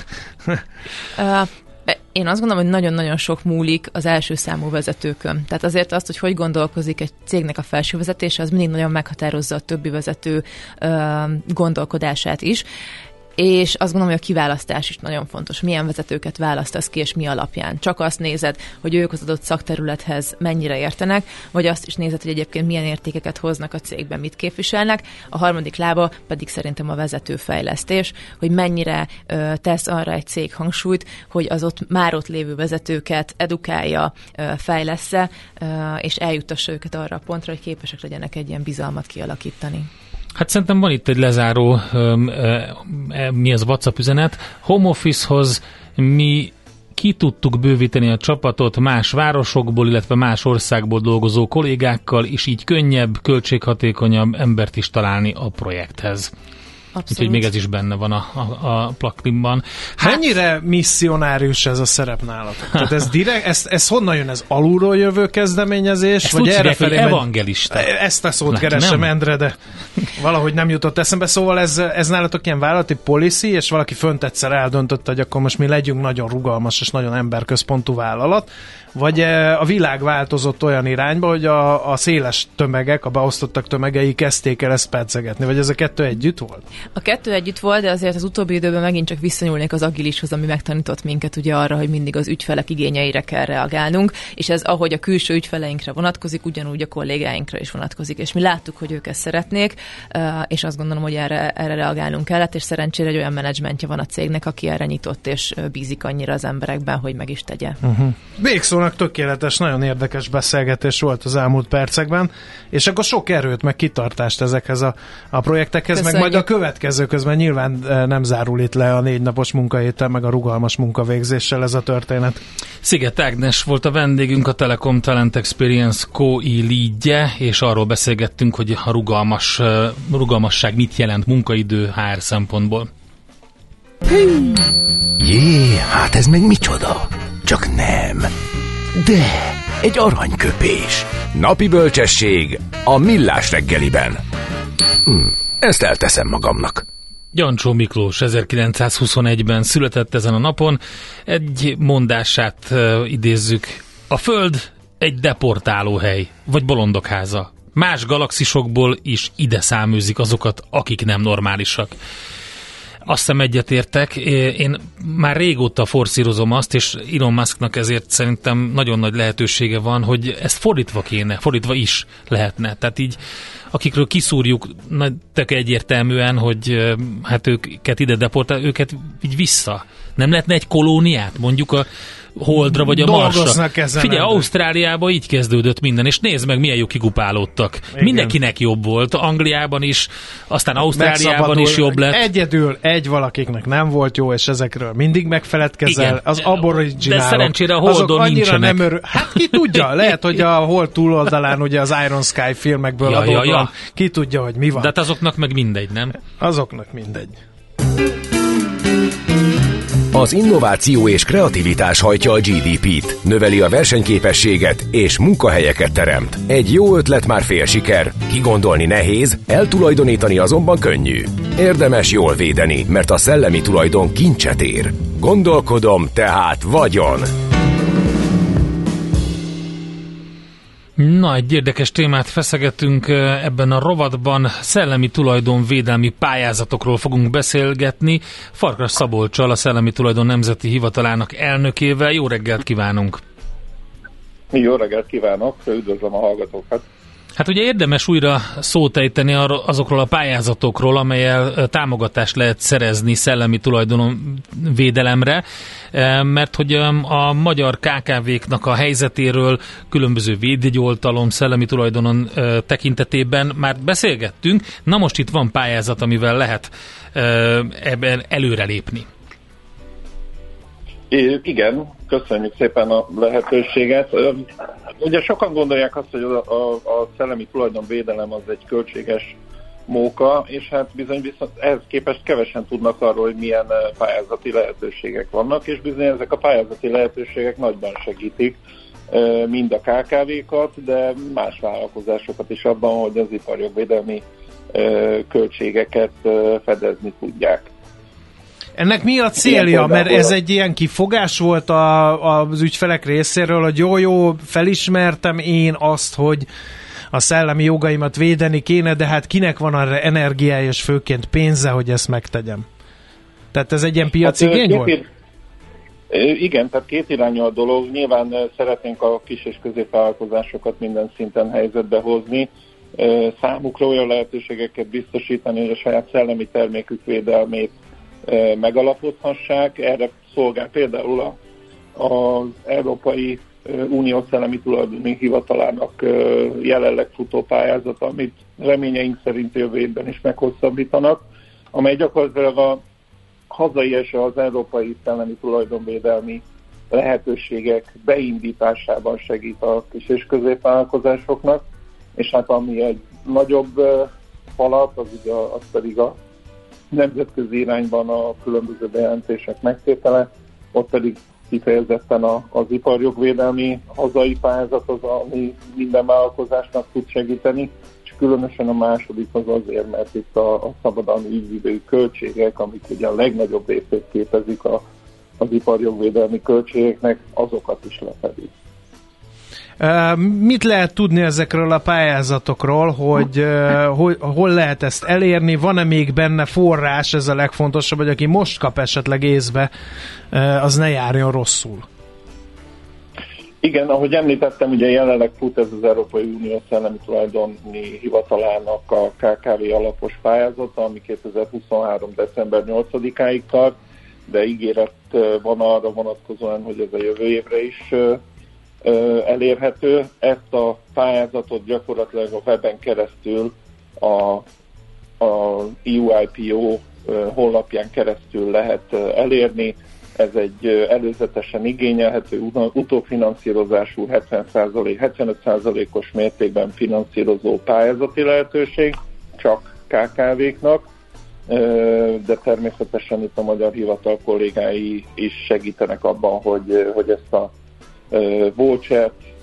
Speaker 5: uh, Én azt gondolom, hogy nagyon-nagyon sok múlik az első számú vezetőkön. Tehát azért azt, hogy hogy gondolkozik egy cégnek a felső vezetése, az mindig nagyon meghatározza a többi vezető ö, gondolkodását is. És azt gondolom, hogy a kiválasztás is nagyon fontos. Milyen vezetőket választasz ki, és mi alapján. Csak azt nézed, hogy ők az adott szakterülethez mennyire értenek, vagy azt is nézed, hogy egyébként milyen értékeket hoznak a cégben, mit képviselnek. A harmadik lába pedig szerintem a vezetőfejlesztés, hogy mennyire ö, tesz arra egy cég hangsúlyt, hogy az ott már ott lévő vezetőket edukálja, ö, fejlessze, ö, és eljuttassa őket arra a pontra, hogy képesek legyenek egy ilyen bizalmat kialakítani.
Speaker 3: Hát szerintem van itt egy lezáró, mi az WhatsApp üzenet. Home Office-hoz mi ki tudtuk bővíteni a csapatot más városokból, illetve más országból dolgozó kollégákkal, és így könnyebb, költséghatékonyabb embert is találni a projekthez. Abszolút. Úgyhogy még ez is benne van a, a, a plaklimban.
Speaker 4: Hát, mennyire misszionárius ez a szerep nálatok? Tehát ez direkt, ez, ez honnan jön? Ez alulról jövő kezdeményezés?
Speaker 3: Ezt
Speaker 4: vagy erre felé
Speaker 3: evangelista.
Speaker 4: Ezt a szót
Speaker 3: Lát,
Speaker 4: keresem,
Speaker 3: nem?
Speaker 4: Endre, de valahogy nem jutott eszembe. Szóval ez, ez nálatok ilyen vállalati policy, és valaki fönt egyszer eldöntötte, hogy akkor most mi legyünk nagyon rugalmas és nagyon emberközpontú vállalat, vagy a világ változott olyan irányba, hogy a, a széles tömegek, a beosztottak tömegei kezdték el ezt pedzegetni, vagy ez a kettő együtt volt?
Speaker 5: A kettő együtt volt, de azért az utóbbi időben megint csak visszanyúlnék az agilishoz, ami megtanított minket ugye arra, hogy mindig az ügyfelek igényeire kell reagálnunk, és ez ahogy a külső ügyfeleinkre vonatkozik, ugyanúgy a kollégáinkra is vonatkozik, és mi láttuk, hogy ők ezt szeretnék, és azt gondolom, hogy erre, erre reagálnunk kellett, és szerencsére egy olyan menedzsmentje van a cégnek, aki erre nyitott, és bízik annyira az emberekben, hogy meg is tegye.
Speaker 4: Uh-huh. Végszónak tökéletes, nagyon érdekes beszélgetés volt az elmúlt percekben, és akkor sok erőt, meg kitartást ezekhez a, a projektekhez, Köszönjük. Meg majd a következő közben nyilván nem zárul itt le a négy napos munkahéttel, meg a rugalmas munkavégzéssel ez a történet.
Speaker 3: Sziget Ágnes volt a vendégünk, a Telekom Talent Experience Co I leadje, és arról beszélgettünk, hogy a rugalmas, rugalmasság mit jelent munkaidő há er szempontból.
Speaker 1: Jé, hát ez meg micsoda? Csak nem. De egy aranyköpés. Napi bölcsesség a Millás reggeliben. Hm, ezt elteszem magamnak.
Speaker 3: Jancsó Miklós ezerkilencszázhuszonegyben született ezen a napon. Egy mondását uh, idézzük. A Föld egy deportálóhely, vagy bolondok háza. Más galaxisokból is ide száműzik azokat, akik nem normálisak. Azt hiszem egyetértek. Én már régóta forszírozom azt, és Elon Musknak ezért szerintem nagyon nagy lehetősége van, hogy ezt fordítva kéne, fordítva is lehetne. Tehát így, akikről kiszúrjuk tök egyértelműen, hogy hát őket ide deportál, őket így vissza. Nem lehetne egy kolóniát, mondjuk a Holdra vagy a Marsra. Figyelj, Ausztráliában így kezdődött minden, és nézd meg, milyen jó kigupálódtak. Igen. Mindenkinek jobb volt, Angliában is, aztán Ausztráliában is jobb lett.
Speaker 4: Egyedül egy valakiknek nem volt jó, és ezekről mindig megfeledkezel. Igen. Az aboriginálok.
Speaker 3: De szerencsére a Holdon nincsenek. Nem örül...
Speaker 4: Hát ki tudja, lehet, hogy a Hold túloldalán ugye az Iron Sky filmekből ja, adódva, ja, ja. Ki tudja, hogy mi van.
Speaker 3: De hát azoknak meg mindegy, nem?
Speaker 4: Azoknak mindegy.
Speaker 1: Az innováció és kreativitás hajtja a gé dé pét, növeli a versenyképességet és munkahelyeket teremt. Egy jó ötlet már fél siker, kigondolni nehéz, eltulajdonítani azonban könnyű. Érdemes jól védeni, mert a szellemi tulajdon kincset ér. Gondolkodom, tehát vagyon!
Speaker 3: Na, egy érdekes témát feszegetünk ebben a rovatban. Szellemi tulajdonvédelmi pályázatokról fogunk beszélgetni. Farkas Szabolccsal, a Szellemi Tulajdon Nemzeti Hivatalának elnökével. Jó reggelt kívánunk!
Speaker 6: Jó reggelt kívánok! Üdvözlöm a hallgatókat!
Speaker 3: Hát ugye érdemes újra szót ejteni azokról a pályázatokról, amellyel támogatást lehet szerezni szellemi tulajdonvédelemre, mert hogy a magyar ká ká véknak a helyzetéről, különböző védjegyoltalom, szellemi tulajdonon tekintetében már beszélgettünk. Na most itt van pályázat, amivel lehet ebben előrelépni.
Speaker 6: É, igen, köszönjük szépen a lehetőséget. Ugye sokan gondolják azt, hogy a, a, a szellemi tulajdonvédelem az egy költséges móka, és hát bizony viszont ehhez képest kevesen tudnak arról, hogy milyen pályázati lehetőségek vannak, és bizony ezek a pályázati lehetőségek nagyban segítik mind a ká ká vékat, de más vállalkozásokat is abban, hogy az iparjogvédelmi költségeket fedezni tudják.
Speaker 4: Ennek mi a célja? Mert ez egy ilyen kifogás volt a, az ügyfelek részéről, hogy jó-jó, felismertem én azt, hogy a szellemi jogaimat védeni kéne, de hát kinek van arra energiája és főként pénze, hogy ezt megtegyem? Tehát ez egy ilyen piaci hát, igény volt?
Speaker 6: Ér... Igen, tehát két irányú a dolog. Nyilván szeretnénk a kis és középvállalkozásokat minden szinten helyzetbe hozni, számukra olyan lehetőségeket biztosítani, hogy a saját szellemi termékük védelmét megalapozhassák. Erre szolgál például a, az Európai Unió Szellemi Tulajdoni Hivatalának jelenleg futó pályázat, amit reményeink szerint jövő évben is meghosszabbítanak, amely gyakorlatilag a hazai és az európai szellemi tulajdonvédelmi lehetőségek beindításában segít a kis és középvállalkozásoknak, és hát ami egy nagyobb falat, az, ugye, az pedig a nemzetközi irányban a különböző bejelentések megtétele, ott pedig kifejezetten a, az iparjogvédelmi hazai pályázat az, ami minden vállalkozásnak tud segíteni, és különösen a második az azért, mert itt a, a szabadalmi ügyvívői költségek, amik ugye a legnagyobb részét képezik a, az iparjogvédelmi költségeknek, azokat is lefedik.
Speaker 4: Mit lehet tudni ezekről a pályázatokról, hogy uh, hol lehet ezt elérni? Van-e még benne forrás, ez a legfontosabb, hogy aki most kap esetleg észbe, uh, az ne járjon rosszul?
Speaker 6: Igen, ahogy említettem, ugye jelenleg fut ez az Európai Unió Szellemi Tulajdoni Hivatalának a ká ká vé alapos pályázata, ami kétezer-huszonhárom. december nyolcadikáig tart, de ígéret van arra vonatkozóan, hogy ez a jövő évre is elérhető. Ezt a pályázatot gyakorlatilag a weben keresztül a, a é u i pé o honlapján keresztül lehet elérni. Ez egy előzetesen igényelhető, utófinanszírozású hetven százalék, hetvenöt százalékos mértékben finanszírozó pályázati lehetőség, csak ká ká véknak, de természetesen itt a magyar hivatal kollégái is segítenek abban, hogy, hogy ezt a vouchert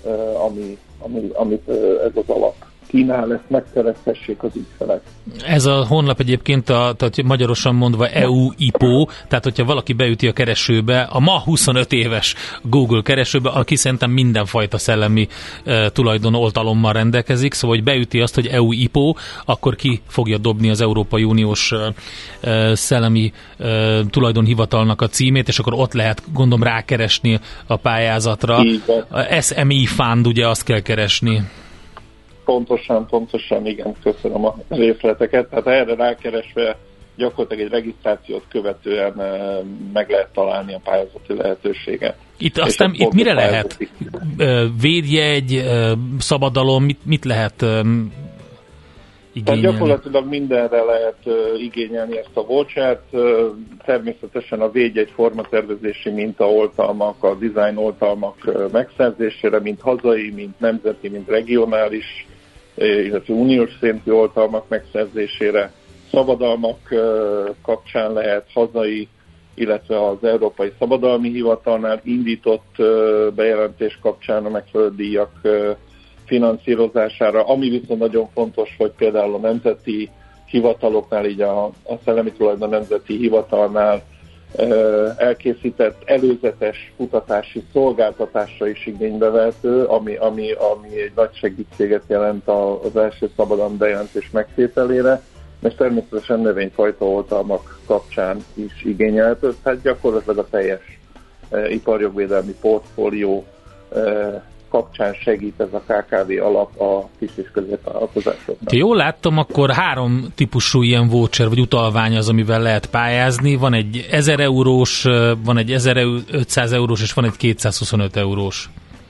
Speaker 6: ami, ami, amit ez az alap kínál, ezt megszerezhessék az ügyfelek.
Speaker 3: Ez a honlap egyébként, a, tehát magyarosan mondva E U I P O, tehát hogyha valaki beüti a keresőbe, a ma huszonöt éves Google keresőbe, aki szerintem mindenfajta szellemi e, tulajdon oltalommal rendelkezik, szóval hogy beüti azt, hogy E U I P O, akkor ki fogja dobni az Európai Uniós e, e, szellemi e, tulajdonhivatalnak a címét, és akkor ott lehet, gondolom, rákeresni a pályázatra. A S M E Fund, ugye azt kell keresni.
Speaker 6: Pontosan, pontosan, igen, köszönöm a részleteket. Tehát erre rákeresve gyakorlatilag egy regisztrációt követően meg lehet találni a pályázati lehetőséget.
Speaker 3: Itt aztán itt mire lehet? Védjegy, szabadalom, mit, mit lehet igényelni?
Speaker 6: Tehát gyakorlatilag mindenre lehet igényelni ezt a vouchert. Természetesen a védjegy formatervezési mintaoltalmak, a design oltalmak megszerzésére, mint hazai, mint nemzeti, mint regionális, illetve uniós szintű oltalmak megszerzésére, szabadalmak kapcsán lehet hazai, illetve az Európai Szabadalmi Hivatalnál indított bejelentés kapcsán a megfelelő díjak finanszírozására, ami viszont nagyon fontos, hogy például a nemzeti hivataloknál, így a, a Szellemi Tulajdon Nemzeti Hivatalnál elkészített előzetes kutatási szolgáltatásra is igénybe vehető, ami, ami, ami egy nagy segítséget jelent az első szabadalmi bejelentés megtételére, és természetesen növényfajta oltalmak kapcsán is igényelhető, tehát gyakorlatilag a teljes e, iparjogvédelmi portfólió e, kapcsán segít ez a ká ká vé alap a kis és középvállalkozásoknak.
Speaker 3: Ha jól láttam, akkor három típusú ilyen voucher vagy utalvány az, amivel lehet pályázni. Van egy ezer eurós, van egy ezerötszáz eurós, és van egy kétszázhuszonöt eurós.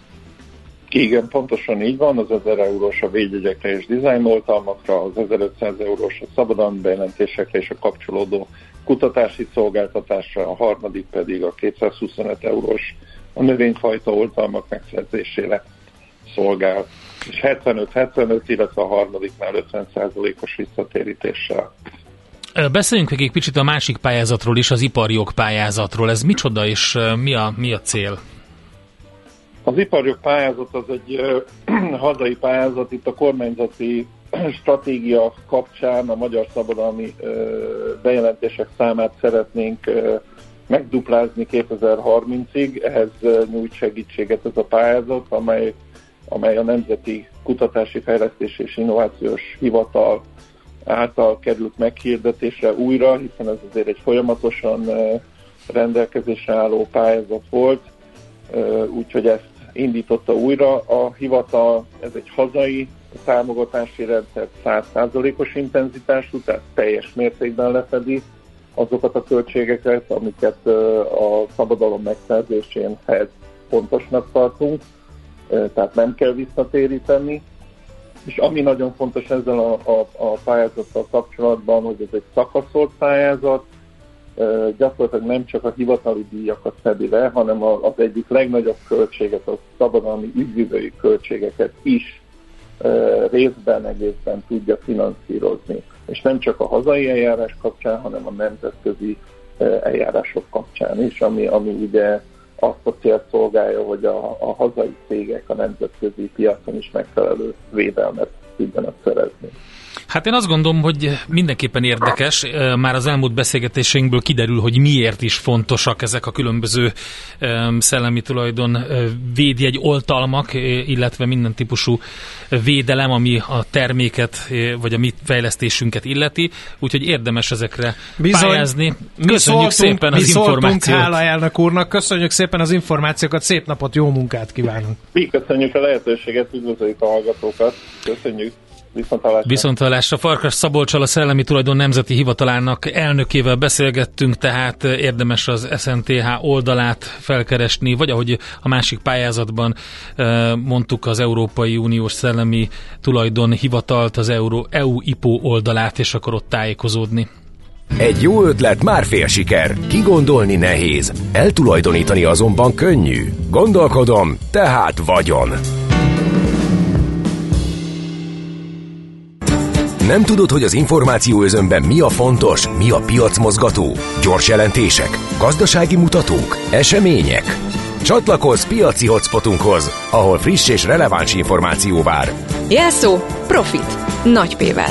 Speaker 6: Igen, pontosan így van. Az ezer eurós a védjegyekre és dizájnoltalmakra, az ezerötszáz eurós a szabadalmi bejelentésekre és a kapcsolódó kutatási szolgáltatásra, a harmadik pedig a kétszázhuszonöt eurós a növényfajta oltalmak megszerzésére szolgál, és hetvenöt hetvenöt, illetve a harmadiknál ötven százalékos visszatérítéssel.
Speaker 3: Beszéljünk egy kicsit a másik pályázatról is, az iparjog pályázatról. Ez micsoda és mi a, mi a cél?
Speaker 6: Az iparjog pályázat az egy uh, hazai pályázat, itt a kormányzati stratégia kapcsán a magyar szabadalmi uh, bejelentések számát szeretnénk uh, megduplázni kétezer-harmincig, ehhez nyújt segítséget ez a pályázat, amely, amely a Nemzeti Kutatási Fejlesztési és Innovációs Hivatal által került meghirdetésre újra, hiszen ez azért egy folyamatosan rendelkezésre álló pályázat volt, úgyhogy ezt indította újra a hivatal. Ez egy hazai támogatási rendszer, száz százalékos intenzitású, tehát teljes mértékben lefedi azokat a költségeket, amiket a szabadalom megszerzéséhez fontosnak tartunk, tehát nem kell visszatéríteni. És ami nagyon fontos ezzel a, a, a pályázattal kapcsolatban, hogy ez egy szakaszolt pályázat, gyakorlatilag nem csak a hivatali díjakat fedi le, hanem az egyik legnagyobb költséget, a szabadalmi ügyvívői költségeket is részben, egészben tudja finanszírozni. És nem csak a hazai eljárás kapcsán, hanem a nemzetközi eljárások kapcsán is, ami, ami ugye azt a célt szolgálja, hogy a, a hazai cégek a nemzetközi piacon is megfelelő védelmet tudjanak szerezni.
Speaker 3: Hát én azt gondolom, hogy mindenképpen érdekes, már az elmúlt beszélgetéseinkből kiderül, hogy miért is fontosak ezek a különböző szellemi tulajdon védjegy oltalmak, illetve minden típusú védelem, ami a terméket, vagy a mi fejlesztésünket illeti, úgyhogy érdemes ezekre Bizony. pályázni. Köszönjük szépen az információt.
Speaker 4: Hála elnök úrnak, köszönjük szépen az információkat, szép napot, jó munkát kívánunk.
Speaker 6: Mi köszönjük a lehetőséget, üdvözöljük a hallgatókat, köszönjük. Viszontlátásra.
Speaker 3: Viszontlátásra. Farkas Szabolccsal, a Szellemi Tulajdon Nemzeti Hivatalának elnökével beszélgettünk, tehát érdemes az es en té há oldalát felkeresni, vagy ahogy a másik pályázatban mondtuk, az Európai Uniós Szellemi Tulajdon Hivatalt, az Euro, E U I P O oldalát, és akkor ott tájékozódni.
Speaker 1: Egy jó ötlet már fél siker, kigondolni nehéz, eltulajdonítani azonban könnyű. Gondolkodom, tehát vagyon. Nem tudod, hogy az információ özönben mi a fontos, mi a piacmozgató? Gyors jelentések, gazdasági mutatók, események? Csatlakozz piaci hotspotunkhoz, ahol friss és releváns információ vár.
Speaker 2: Jelszó Profit. Nagy P-vel.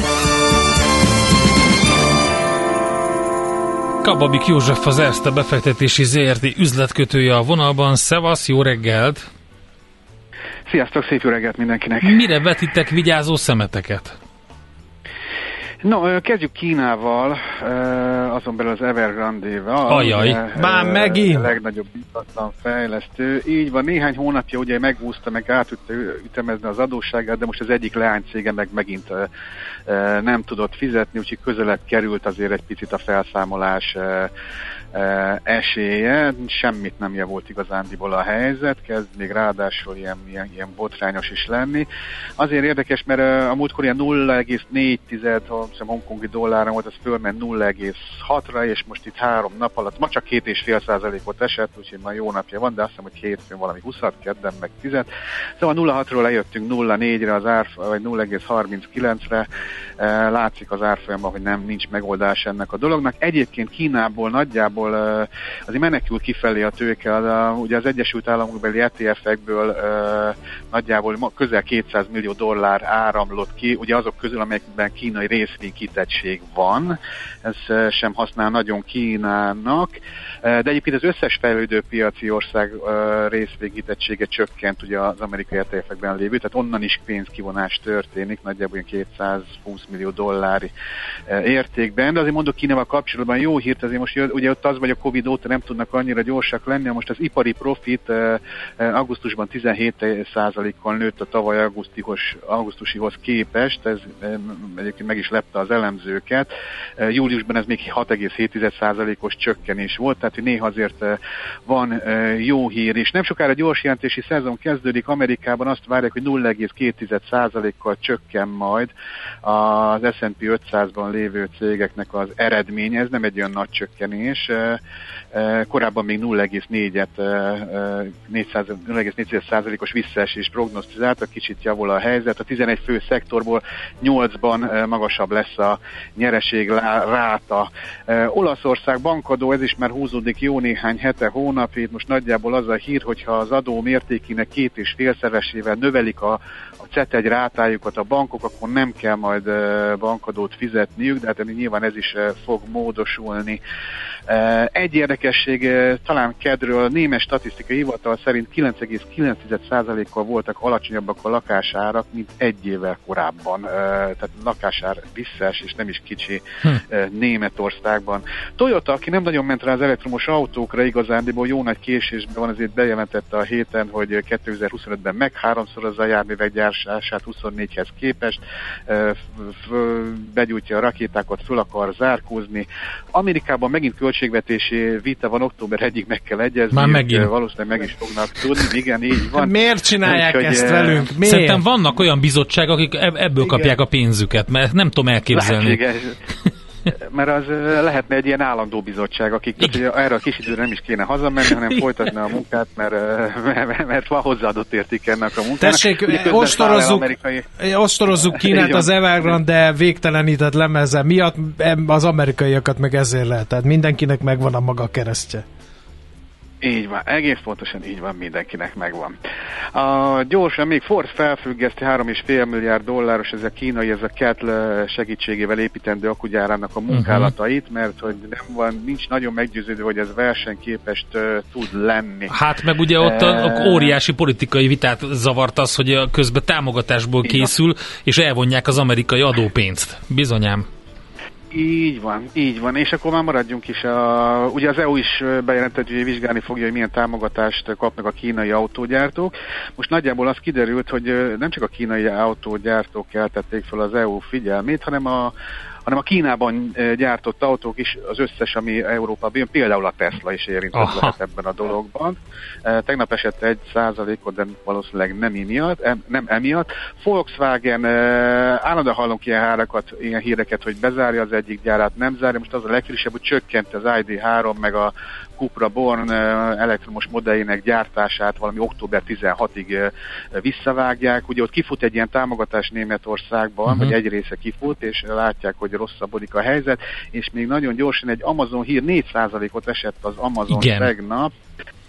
Speaker 3: Kababik József, az Erste befektetési zé er té üzletkötője a vonalban. Szevasz, jó reggelt!
Speaker 7: Sziasztok, szép jó reggelt mindenkinek!
Speaker 3: Mire vetitek vigyázó szemeteket?
Speaker 7: No, kezdjük Kínával, azon belül az Evergrande-vel.
Speaker 3: Ajaj,
Speaker 4: már megint!
Speaker 7: A legnagyobb biztatlan fejlesztő. Így van, néhány hónapja ugye megúszta, meg át tudta ütemezni az adósságát, de most az egyik leánycége meg megint nem tudott fizetni, úgyhogy közelebb került azért egy picit a felszámolás esélye, semmit nem javult igazándiból a helyzet, kezd még ráadásul ilyen, ilyen, ilyen botrányos is lenni. Azért érdekes, mert a múltkor ilyen nulla egész négy hongkongi dollárra volt, az fölment nulla egész hatra, és most itt három nap alatt, ma csak két egész öt százalékot esett, úgyhogy már jó napja van, de azt hiszem, hogy hétfőn valami huszat, kedden meg tízet. Szóval nulla hatról lejöttünk nulla négyre, az ár, vagy nulla egész harminckilencre, látszik az árfolyamban, hogy nem nincs megoldás ennek a dolognak. Egyébként Kínából nagyjából azért menekül kifelé a tőke, a, ugye az Egyesült Államokbeli é té ef-ekből uh, nagyjából közel kétszáz millió dollár áramlott ki, ugye azok közül, amelyekben kínai részvénykitettség van, ez uh, sem használ nagyon Kínának, uh, de egyébként az összes fejlődő piaci ország uh, részvénykitettsége csökkent ugye az amerikai é té ef-ekben lévő, tehát onnan is pénzkivonás történik, nagyjából kétszázhúsz millió dollári uh, értékben, de azért mondok Kínával kapcsolatban jó hírt, azért most ugye ott az, vagy a Covid óta nem tudnak annyira gyorsak lenni, most az ipari profit uh, augusztusban tizenhét százalékkal nőtt a tavaly augusztihoz, augusztusihoz képest, ez um, egyébként meg is lepte az elemzőket. Uh, júliusban ez még hat egész hét százalékos csökkenés volt, tehát hogy néha azért uh, van uh, jó hír, és nem sokára gyors jelentési szezon kezdődik, Amerikában azt várják, hogy nulla egész két százalékkal csökken majd az es and pé ötszázban lévő cégeknek az eredménye, ez nem egy olyan nagy csökkenés, korábban még nulla egész négy százalékos visszaesés prognosztizáltak, kicsit javul a helyzet. A tizenegy fő szektorból nyolcban magasabb lesz a nyereség ráta. Olaszország bankadó, ez is már húzódik jó néhány hete, hónapét, most nagyjából az a hír, hogyha az adó mértékének két és félszeresével növelik a, a cé e té egy rátájukat a bankok, akkor nem kell majd bankadót fizetniük, de hát nyilván ez is fog módosulni. Egy érdekesség, talán kedről, a német statisztikai hivatal szerint kilenc egész kilenc százalékkal voltak alacsonyabbak a lakásárak, mint egy évvel korábban. Tehát lakásár visszaesés nem is kicsi hm. Németországban. Toyota, aki nem nagyon ment rá az elektromos autókra, igazándiból jó nagy késésben van, azért bejelentette a héten, hogy kétezer-huszonötben meg háromszorozza a járművek gyártását huszonnégyhez képest, begyújtja a rakétákat, föl akar zárkózni. Amerikában megint költségvetési vita van, október egyig meg kell egyezni.
Speaker 3: Már megint.
Speaker 7: Valószínűleg meg is fognak tudni. Igen, így van.
Speaker 4: Miért csinálják úgy, ezt velünk? Miért?
Speaker 3: Szerintem vannak olyan bizottságok, akik ebből igen. kapják a pénzüket, mert nem tudom elképzelni.
Speaker 7: Mert az lehetne egy ilyen állandó bizottság, akik tehát, erre a kis időre nem is kéne hazamenni, hanem folytatni a munkát, mert, mert, mert van hozzáadott érték ennek a munkának.
Speaker 4: Tessék, ostorozzuk, amerikai... ostorozzuk Kínát az Evergrande végtelenített lemeze miatt, az amerikaiakat meg ezért lehet. Tehát mindenkinek megvan a maga keresztje.
Speaker 7: Így van, egész pontosan így van, mindenkinek megvan. A, gyorsan még Ford felfüggeszti három egész öt milliárd dolláros, ez a kínai, ez a Kettle segítségével építendő akkugyárának a munkálatait, mert hogy nem van, nincs nagyon meggyőződő, hogy ez versenyképes tud lenni.
Speaker 3: Hát meg ugye ott a, a óriási politikai vitát zavart az, hogy közben támogatásból készül, és elvonják az amerikai adópénzt. Bizonyám.
Speaker 7: Így van, így van, és akkor már maradjunk is. A, ugye az é u is bejelentett, hogy vizsgálni fogja, hogy milyen támogatást kapnak a kínai autógyártók. Most nagyjából az kiderült, hogy nem csak a kínai autógyártók keltették fel az é u figyelmét, hanem a hanem a Kínában gyártott autók is, az összes, ami Európában jön, például a Tesla is érintett lehet ebben a dologban. Tegnap esett egy százalékot, de valószínűleg nem emiatt. Nem emiatt. Volkswagen, állandóan hallunk ilyen hárakat, ilyen híreket, hogy bezárja az egyik gyárát, nem zárja. Most az a legfrissebb, hogy csökkent az i dé három, meg a Cupra Born elektromos modelljének gyártását valami október tizenhatodikig visszavágják. Ugye ott kifut egy ilyen támogatás Németországban, uh-huh. vagy egy része kifut, és látják, hogy rosszabbodik a helyzet, és még nagyon gyorsan egy Amazon hír, négy százalékot esett az Amazon
Speaker 3: igen.
Speaker 7: tegnap.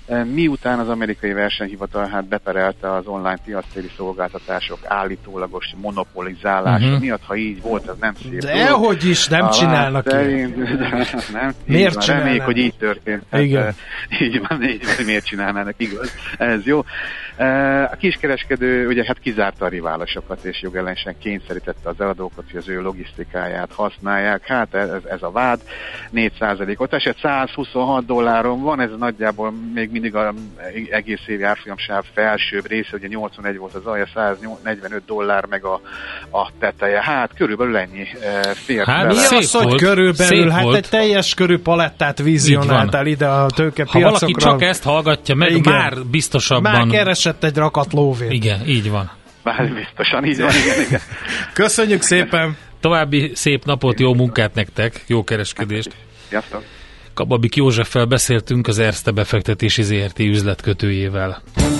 Speaker 7: Miután az amerikai versenyhivatal hát beperelte az online piactéri szolgáltatások állítólagos monopolizálása uh-huh. miatt, ha így volt, az nem szép.
Speaker 4: De hogy is, nem a csinálnak
Speaker 7: szerint, nem, miért csinálnak? Reméljük, hogy így történt. Hát, igen. Így van, így van, miért csinálnának, igaz? Ez jó. A kiskereskedő ugye hát kizárta a riválosokat, és jogellenesen kényszerítette az eladókat, hogy az ő logisztikáját használják. Hát ez, ez a vád. négy százalékot esett, százhuszonhat dolláron van, ez nagyjából még mindig az egész évi árfolyamsáv felsőbb része, ugye nyolcvanegy volt az alja, száznegyvenöt dollár meg a, a teteje. Hát körülbelül ennyi fért
Speaker 4: hát,
Speaker 7: bele.
Speaker 4: Mi az, hogy volt, körülbelül? Hát volt. Egy teljes körű palettát vizionáltál ide a tőkepiacokra.
Speaker 3: Ha valaki csak ezt hallgatja meg, igen. Már biztosabban...
Speaker 4: Már keresett egy rakat lóvét.
Speaker 3: Igen, így van.
Speaker 7: Már biztosan, így van, igen, igen.
Speaker 4: Köszönjük szépen!
Speaker 3: További szép napot, jó munkát nektek, jó kereskedést!
Speaker 7: Sziasztok!
Speaker 3: Kababik Józseffel beszéltünk, az Erste befektetési zé er té üzletkötőjével.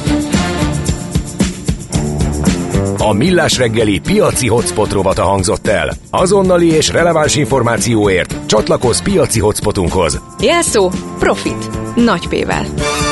Speaker 1: A Millás reggeli piaci hotspot rovata hangzott el. Azonnali és releváns információért csatlakozz piaci hotspotunkhoz.
Speaker 2: Jelszó Profit. Nagy P-vel.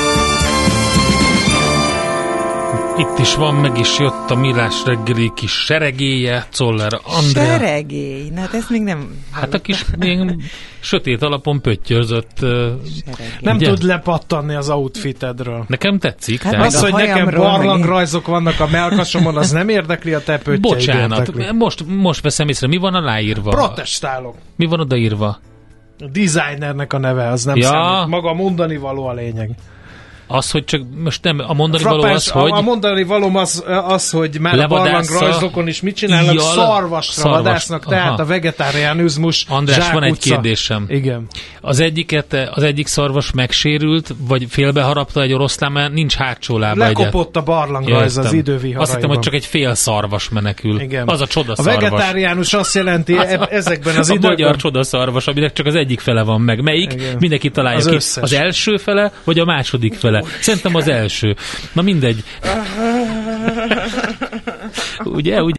Speaker 3: Itt is van, meg is jött a Millás reggeli kis seregélye, Czoller Andrea.
Speaker 8: Seregély? Na, hát ezt még nem...
Speaker 3: Hát a kis még sötét alapon pöttyörzött. Uh,
Speaker 4: nem ugye? Tud lepattanni az outfitedről.
Speaker 3: Nekem tetszik.
Speaker 4: Hát az, hogy nekem barlangrajzok vannak a mellkasomon, az nem érdekli, a te pöttyeid.
Speaker 3: Bocsánat, most, most veszem észre, mi van aláírva?
Speaker 4: Protestálok.
Speaker 3: Mi van odaírva?
Speaker 4: A designernek a neve, az nem ja. számít. Maga a mondani való a lényeg.
Speaker 3: Az, hogy csak most nem, a mondani Frappás, való az, hogy...
Speaker 4: A mondani valóm az, az hogy már a barlangrajzokon is mit csinálnak? Jal, szarvasra szarvas, vadásznak, aha. Tehát a vegetáriánizmus
Speaker 3: András, van egy kérdésem.
Speaker 4: Igen.
Speaker 3: Az egyiket, az egyik szarvas megsérült, vagy félbeharapta egy oroszlán, mert nincs hátsó lába.
Speaker 4: Lekopott egyet. A barlangrajz az időviharaiban.
Speaker 3: Azt hittem, hogy csak egy fél szarvas menekül. Igen. Az a csodaszarvas.
Speaker 4: A vegetáriánus azt jelenti az a, ezekben az
Speaker 3: a
Speaker 4: időkben...
Speaker 3: A magyar csodaszarvas, aminek csak az egyik fele van meg. Melyik? Igen. Mindenki találja az ki. Összes. Az első fele, vagy a második fele? Szerintem az első. Na mindegy. Ugye, ugye?